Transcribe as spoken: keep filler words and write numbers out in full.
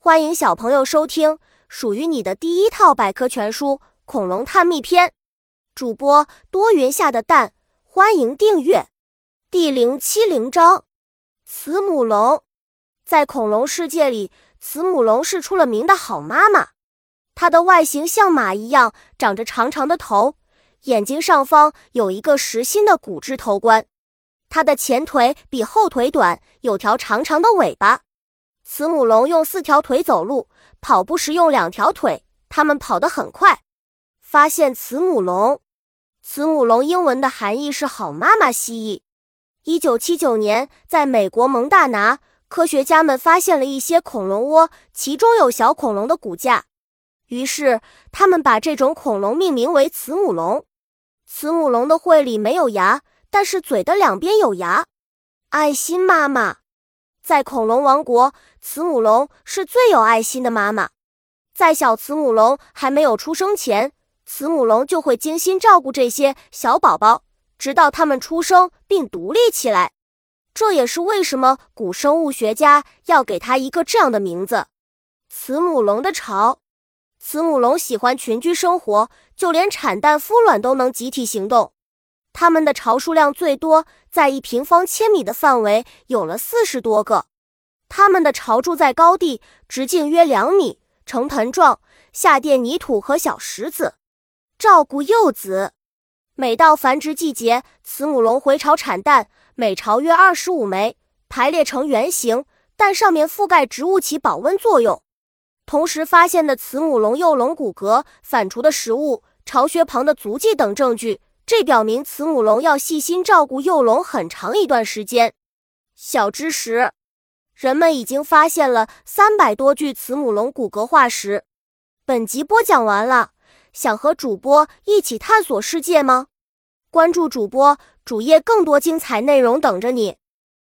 欢迎小朋友收听属于你的第一套百科全书《恐龙探秘篇》，主播多云下的蛋，欢迎订阅。第零七零章，慈母龙。在恐龙世界里，慈母龙是出了名的好妈妈。它的外形像马一样，长着长长的头，眼睛上方有一个实心的骨质头冠。它的前腿比后腿短，有条长长的尾巴。慈母龙用四条腿走路，跑步时用两条腿，它们跑得很快。发现慈母龙。慈母龙英文的含义是好妈妈蜥蜴。一九七九年，在美国蒙大拿，科学家们发现了一些恐龙窝，其中有小恐龙的骨架。于是，他们把这种恐龙命名为慈母龙。慈母龙的喙里没有牙，但是嘴的两边有牙。爱心妈妈。在恐龙王国，慈母龙是最有爱心的妈妈。在小慈母龙还没有出生前，慈母龙就会精心照顾这些小宝宝，直到它们出生并独立起来。这也是为什么古生物学家要给它一个这样的名字。慈母龙的巢。慈母龙喜欢群居生活，就连产蛋孵卵都能集体行动。它们的巢数量最多，在一平方千米的范围有了四十多个。它们的巢筑在高地，直径约两米，呈盆状，下垫泥土和小石子。照顾幼子。每到繁殖季节，慈母龙回巢产蛋，每巢约二十五枚，排列成圆形，蛋上面覆盖植物起保温作用。同时发现的慈母龙幼龙骨骼、反刍的食物、巢穴旁的足迹等证据，这表明慈母龙要细心照顾幼龙很长一段时间。小知识：人们已经发现了三百多具慈母龙骨骼化石。本集播讲完了，想和主播一起探索世界吗？关注主播，主页更多精彩内容等着你。